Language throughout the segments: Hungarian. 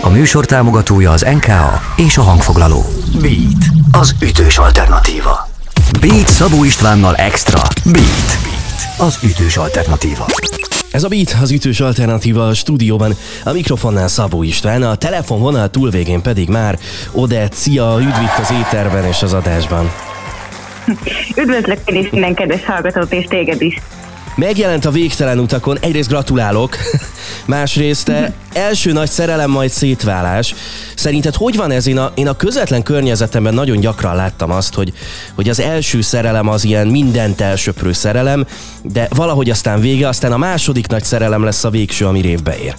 A műsor támogatója az NKA és a hangfoglaló. Beat, az ütős alternatíva. Beat Szabó Istvánnal extra. Beat, az ütős alternatíva. Ez a Beat, az ütős alternatíva a stúdióban, a mikrofonnál Szabó István, a telefonvonal túlvégén pedig már Odett. Szia, üdv itt az éterben és az adásban. Üdvözlök én is minden kedves hallgatót és téged is. Megjelent a Végtelen utakon, egyrészt gratulálok, másrészt első nagy szerelem, majd szétválás. Szerinted hogy van ez? Én a közvetlen környezetemben nagyon gyakran láttam azt, hogy az első szerelem az ilyen mindent elsöprő szerelem, de valahogy aztán vége, aztán a második nagy szerelem lesz a végső, ami révbe ér.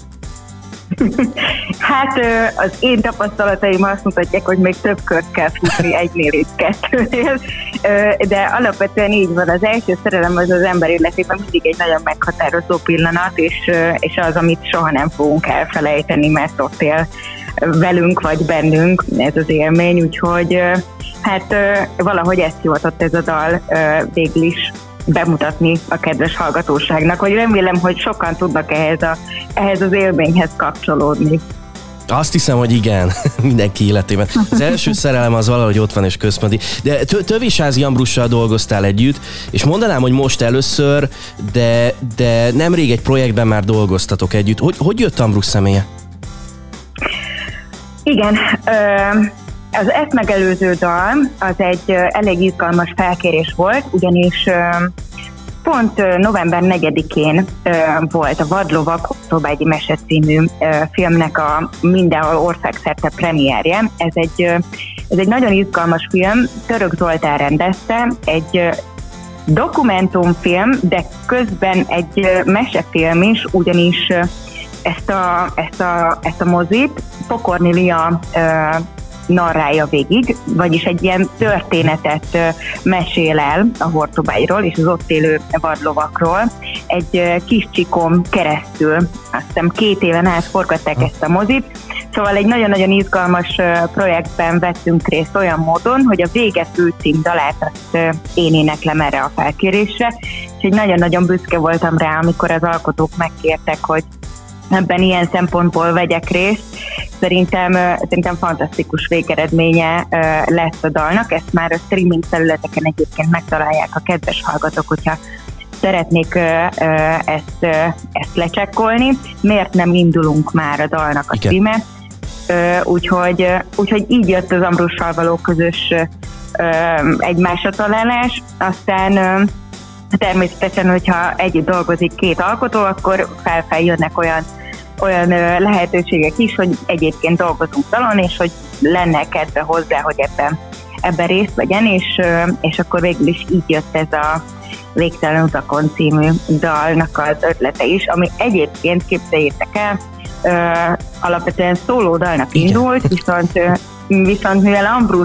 Hát az én tapasztalataim azt mutatják, hogy még több kört kell futni egynél és kettőnél, de alapvetően így van, az első szerelem az ember életében mindig egy nagyon meghatározó pillanat, és az, amit soha nem fogunk elfelejteni, mert ott él velünk vagy bennünk ez az élmény, úgyhogy hát valahogy ezt hivatott ez a dal végül is bemutatni a kedves hallgatóságnak, hogy remélem, hogy sokan tudnak ehhez az élményhez kapcsolódni. Azt hiszem, hogy igen, mindenki életében. Az első szerelem az valahogy ott van és központi. De Tövisázi Ambrussal dolgoztál együtt, és mondanám, hogy most először, de nemrég egy projektben már dolgoztatok együtt. Hogy jött Ambrus személye? Igen, az ezt megelőző dal az egy elég izgalmas felkérés volt, ugyanis pont november 4-én volt a Vadlovak Októbágyi Mese című filmnek a mindenhol országszerte premierje. Ez egy nagyon izgalmas film, Török Zoltán rendezte, egy dokumentumfilm, de közben egy mesefilm is, ugyanis ezt a mozit Pokorni Lia narrálja végig, vagyis egy ilyen történetet mesél el a Hortobágyról és az ott élő vadlovakról. Egy kis csikon keresztül, azt hiszem 2 éven át forgatták ezt a mozit, szóval egy nagyon-nagyon izgalmas projektben vettünk részt olyan módon, hogy a Vége főcím dalát azt én éneklem erre a felkérésre, és egy nagyon-nagyon büszke voltam rá, amikor az alkotók megkértek, hogy ebben ilyen szempontból vegyek részt. Szerintem fantasztikus végeredménye lesz a dalnak, ezt már a streaming felületeken egyébként megtalálják a kedves hallgatók, hogyha szeretnék ezt lecsekkolni. Miért nem indulunk már a dalnak a címe? Úgyhogy így jött az Ambrussal való közös egymásra találás, aztán természetesen, hogyha együtt dolgozik 2 alkotó, akkor jönnek olyan lehetőségek is, hogy egyébként dolgozunk dalon, és hogy lenne kedve hozzá, hogy ebben részt vegyen, és akkor végül is így jött ez a Végtelen utakon című dalnak az ötlete is, ami egyébként, képzeljétek el, alapvetően szóló dalnak indult, viszont mivel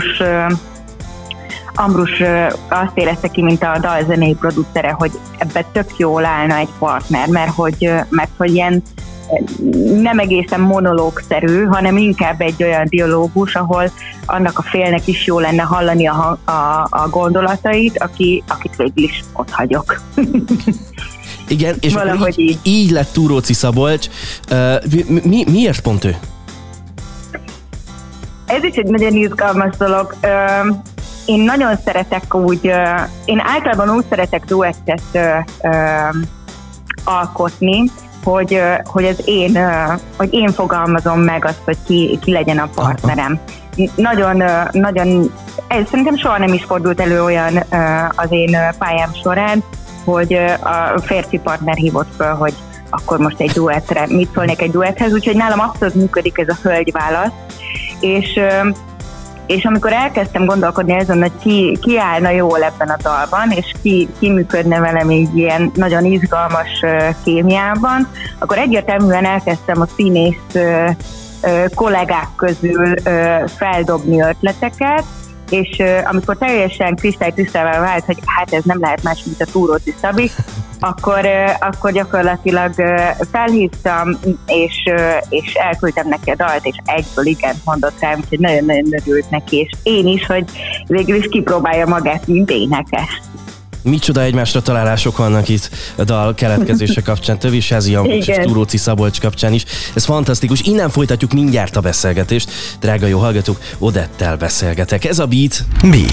Ambrus azt érezte ki, mint a dalzenei producere, hogy ebben tök jól állna egy partner, mert hogy ilyen nem egészen monológszerű, hanem inkább egy olyan dialógus, ahol annak a félnek is jó lenne hallani a gondolatait, akit végül is ott hagyok. Igen, és így lett Túróczi Szabolcs. Miért pont ő? Ez is egy nagyon izgalmas dolog. Én nagyon szeretek én általában úgy szeretek duettet alkotni, hogy én fogalmazom meg azt, hogy ki legyen a partnerem. Nagyon, ez szerintem soha nem is fordult elő olyan az én pályám során, hogy a férfi partner hívott föl, hogy akkor most egy duettre, mit szólnék egy duetthez, úgyhogy nálam abszolút működik ez a hölgyválasz, és amikor elkezdtem gondolkodni azon, hogy ki állna jól ebben a dalban, és ki működne velem így ilyen nagyon izgalmas kémiában, akkor egyértelműen elkezdtem a színész kollégák közül feldobni ötleteket, és amikor teljesen kristálytisztával vált, hogy hát ez nem lehet más, mint a Túróczi Szabi, akkor gyakorlatilag felhívtam, és elküldtem neki a dalt, és egyből igen mondott rám, úgyhogy nagyon-nagyon örült neki, és én is, hogy végül is kipróbálja magát, mint énekes. Micsoda egymásra találások vannak itt a dal keletkezése kapcsán, Tövis Házi Jankocs és Túróczi Szabolcs kapcsán is. Ez fantasztikus. Innen folytatjuk mindjárt a beszélgetést. Drága jó hallgatók, Odettel beszélgetek. Ez a Beat.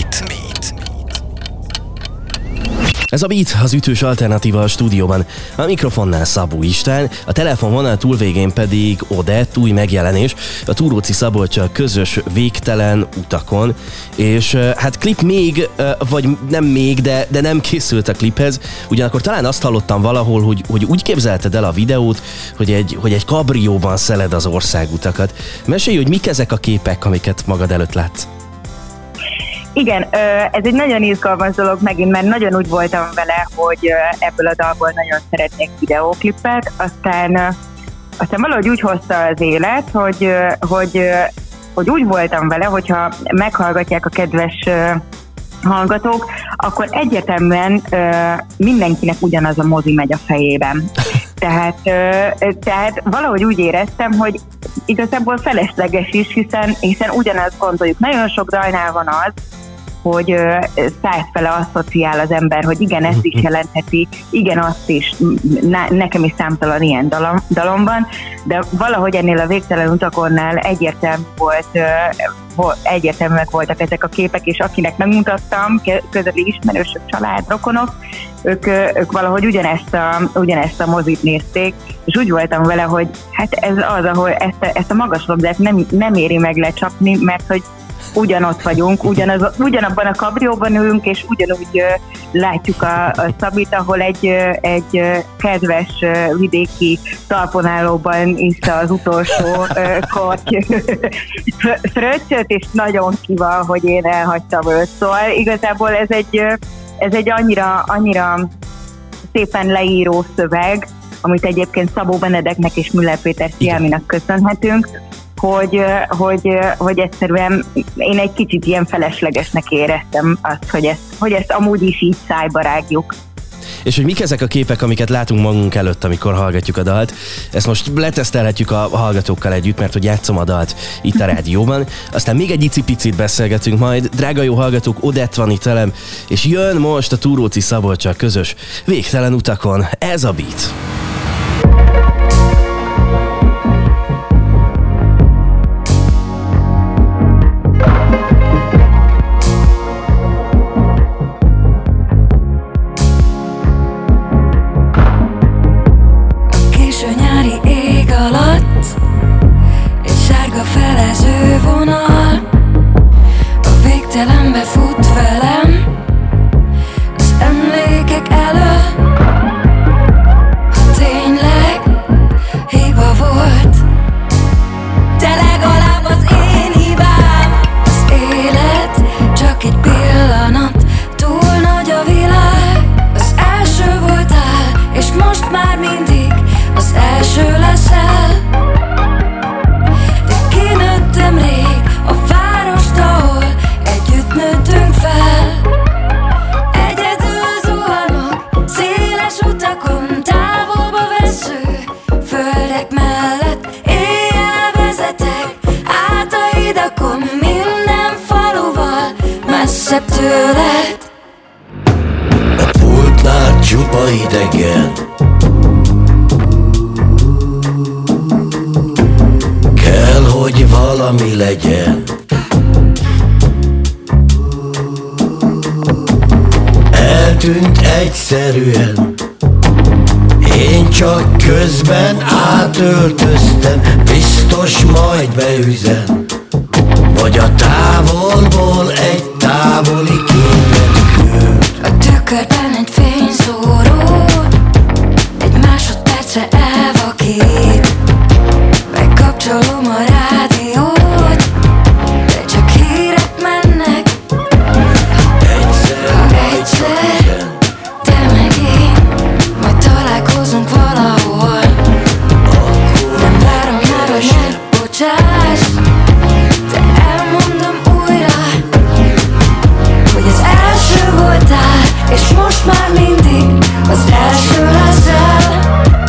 Ez a Beat, az ütős alternatíva a stúdióban. A mikrofonnál Szabó István, a telefonvonal túlvégén pedig Odett, új megjelenés, a Túróczi Szabolccsal közös Végtelen utakon, és hát klip még, vagy nem még, de nem készült a kliphez, ugyanakkor talán azt hallottam valahol, hogy úgy képzelted el a videót, hogy egy kabrióban szeled az országutakat. Mesélj, hogy mik ezek a képek, amiket magad előtt látsz? Igen, ez egy nagyon izgalmas dolog megint, mert nagyon úgy voltam vele, hogy ebből a dalból nagyon szeretnék videóklipet, aztán valahogy úgy hozta az élet, hogy úgy voltam vele, hogyha meghallgatják a kedves hallgatók, akkor egyértelműen mindenkinek ugyanaz a mozi megy a fejében. Tehát valahogy úgy éreztem, hogy igazából felesleges is, hiszen ugyanazt gondoljuk. Nagyon sok dalnál van az, hogy százfele asszociál az ember, hogy igen, ezt is jelentheti, igen, azt is, nekem is számtalan ilyen dalom van, de valahogy ennél a Végtelen utakonnál egyértelműek voltak ezek a képek, és akinek megmutattam, közeli ismerősök, család, rokonok, ők valahogy ugyanezt a mozit nézték, és úgy voltam vele, hogy hát ez az, ahol ezt a magas labdát nem éri meg lecsapni, mert hogy ugyanott vagyunk, ugyanabban a kabrióban ülünk, és ugyanúgy látjuk a Szabit, ahol egy kedves vidéki talponálóban iszta az utolsó korty fröccsöt, és nagyon ki van, hogy én elhagytam őt. Szóval igazából ez egy annyira szépen leíró szöveg, amit egyébként Szabó Benedeknek és Müller Péter Sziáminak köszönhetünk, hogy egyszerűen én egy kicsit ilyen feleslegesnek éreztem azt, hogy ezt amúgy is így szájba rágjuk. És hogy mik ezek a képek, amiket látunk magunk előtt, amikor hallgatjuk a dalt. Ezt most letesztelhetjük a hallgatókkal együtt, mert hogy játszom a dalt itt a rádióban. Aztán még egy icipicit beszélgetünk majd. Drága jó hallgatók, Odett van itt velem, és jön most a Túróczi Szabolccsal közös Végtelen utakon. Ez a Beat. Végtelenbe fut velem az emlékek elől. Ha tényleg hiba volt, de legalább az én hibám. Az élet csak egy pillanat, túl nagy a világ. Az első voltál, és most már mindig az első leszel. De kinőttem rég a várost, ahol együtt nőttünk fel. Egyedül zuhanok széles utakon, távolba vesző földek mellett. Éjjel vezetek át a hidakon, minden faluval messzebb tőled. A pultnál csupa idegen, kell, hogy valami legyen. Eltűnt egyszerűen, én csak közben átöltöztem. Biztos majd beüzen, vagy a távolból egy távoli képet küld. A tükörben egy fényszóró, egy másodpercre elvakít. Megkapcsolom a rádiót, de csak hírek mennek. Ha egyszer, te meg én, majd találkozunk valahol. Nem várom már, hogy megbocsáss, de elmondom újra, hogy az első voltál, és most már mindig az első leszel.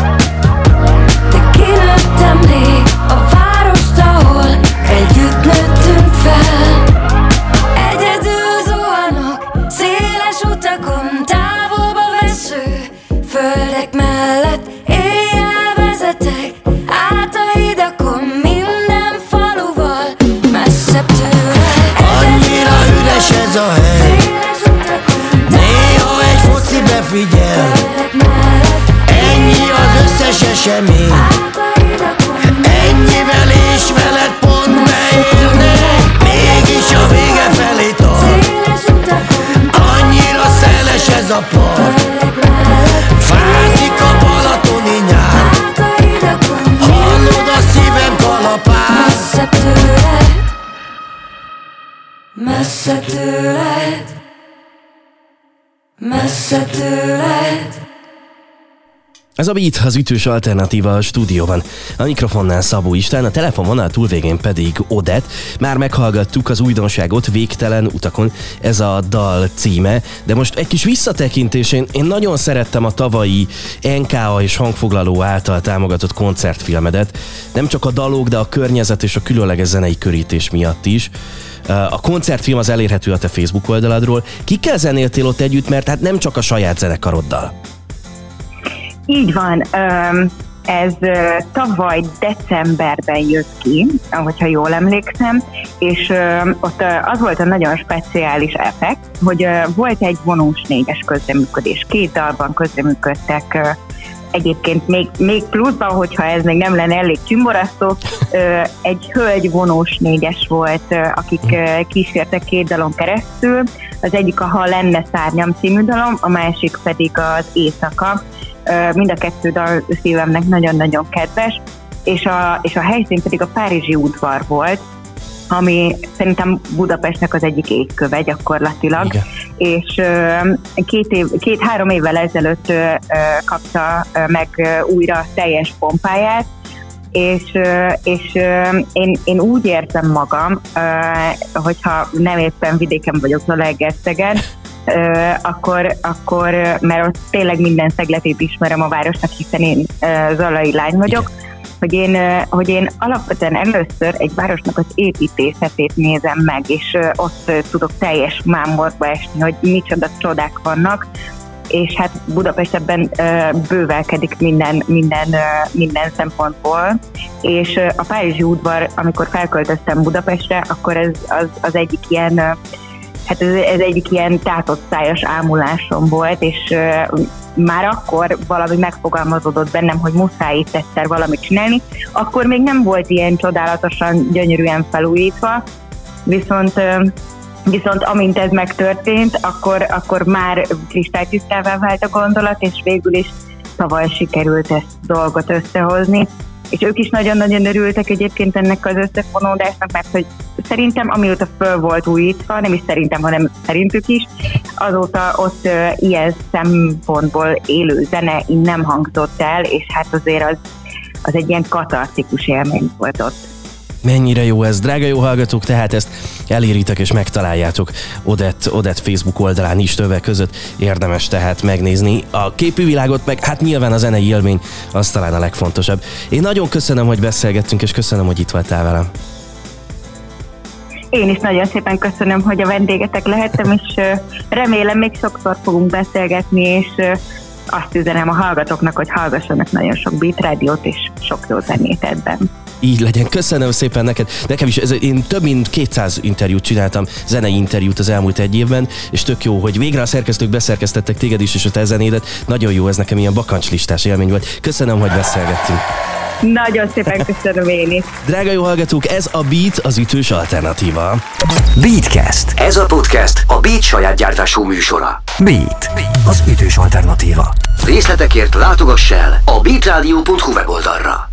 De kinőttem rég a várost, ahol együtt nőttünk fel. Egyedül zuhanok széles utakon, messze tőled, messze tőled. Ez a Beat, az ütős alternatíva a stúdióban. A mikrofonnál Szabó István, a telefonvonal túlvégén pedig Odett. Már meghallgattuk az újdonságot, Végtelen utakon, ez a dal címe. De most egy kis visszatekintés, én nagyon szerettem a tavalyi NKA és Hangfoglaló által támogatott koncertfilmedet. Nem csak a dalok, de a környezet és a különleges zenei körítés miatt is. A koncertfilm az elérhető a te Facebook oldaladról. Kikkel zenéltél ott együtt, mert hát nem csak a saját zenekaroddal. Így van, ez tavaly decemberben jött ki, ahogyha jól emlékszem, és ott az volt a nagyon speciális effekt, hogy volt egy vonós négyes közreműködés, 2 dalban közreműködtek. Egyébként még pluszban, hogyha ez még nem lenne elég csimborasztó, egy hölgy vonós négyes volt, akik kísértek 2 dalon keresztül. Az egyik a Ha lenne szárnyam című dalom, a másik pedig az Éjszaka. Mind a 2 dal szívemnek nagyon-nagyon kedves, és a helyszín pedig a Párizsi udvar volt, ami szerintem Budapestnek az egyik égköve gyakorlatilag. Igen. És 2-3 évvel ezelőtt kapta meg újra teljes pompáját, és én úgy érzem magam, hogyha nem éppen vidéken vagyok, Zalaegerszegen, akkor mert ott tényleg minden szegletét ismerem a városnak, hiszen én zalai lány vagyok, hogy én alapvetően először egy városnak az építészetét nézem meg, és ott tudok teljes mámorba esni, hogy micsoda csodák vannak, és hát Budapest ebben bővelkedik minden szempontból, és a Párizsi udvar, amikor felköltöztem Budapestre, akkor ez az egyik ilyen, hát ez egyik ilyen tátott szájas ámulásom volt, és már akkor valami megfogalmazódott bennem, hogy muszáj itt egyszer valamit csinálni. Akkor még nem volt ilyen csodálatosan, gyönyörűen felújítva, viszont amint ez megtörtént, akkor már kristálytisztává vált a gondolat, és végül is tavaly sikerült ezt dolgot összehozni. És ők is nagyon-nagyon örültek egyébként ennek az összefonódásnak, mert hogy szerintem amióta föl volt újítva, nem is szerintem, hanem szerintük is, azóta ott ilyen szempontból élő zene nem hangzott el, és hát azért az egy ilyen katartikus élmény volt ott. Mennyire jó ez, drága jó hallgatók, tehát ezt eléritek és megtaláljátok Odett Facebook oldalán is, többek között érdemes tehát megnézni. A képi világot meg hát nyilván a zenei élmény az talán a legfontosabb. Én nagyon köszönöm, hogy beszélgettünk, és köszönöm, hogy itt voltál velem. Én is nagyon szépen köszönöm, hogy a vendégetek lehettem, és remélem még sokszor fogunk beszélgetni, és azt üzenem a hallgatóknak, hogy hallgassanak nagyon sok Beat rádiót és sok jó zenét ebben. Így legyen. Köszönöm szépen neked. Nekem is én több mint 200 interjút csináltam, zenei interjút az elmúlt 1 évben, és tök jó, hogy végre a szerkesztők beszerkesztettek téged is, és a te zenédet. Nagyon jó, ez nekem ilyen bakancslistás élmény volt. Köszönöm, hogy beszélgettünk. Nagyon szépen köszönöm én is. Drága jó hallgatók, ez a Beat, az ütős alternatíva. Beatcast. Ez a podcast a Beat saját gyártású műsora. Beat, az ütős alternatíva. Részletekért látogass el a beatradio.hu weboldalra.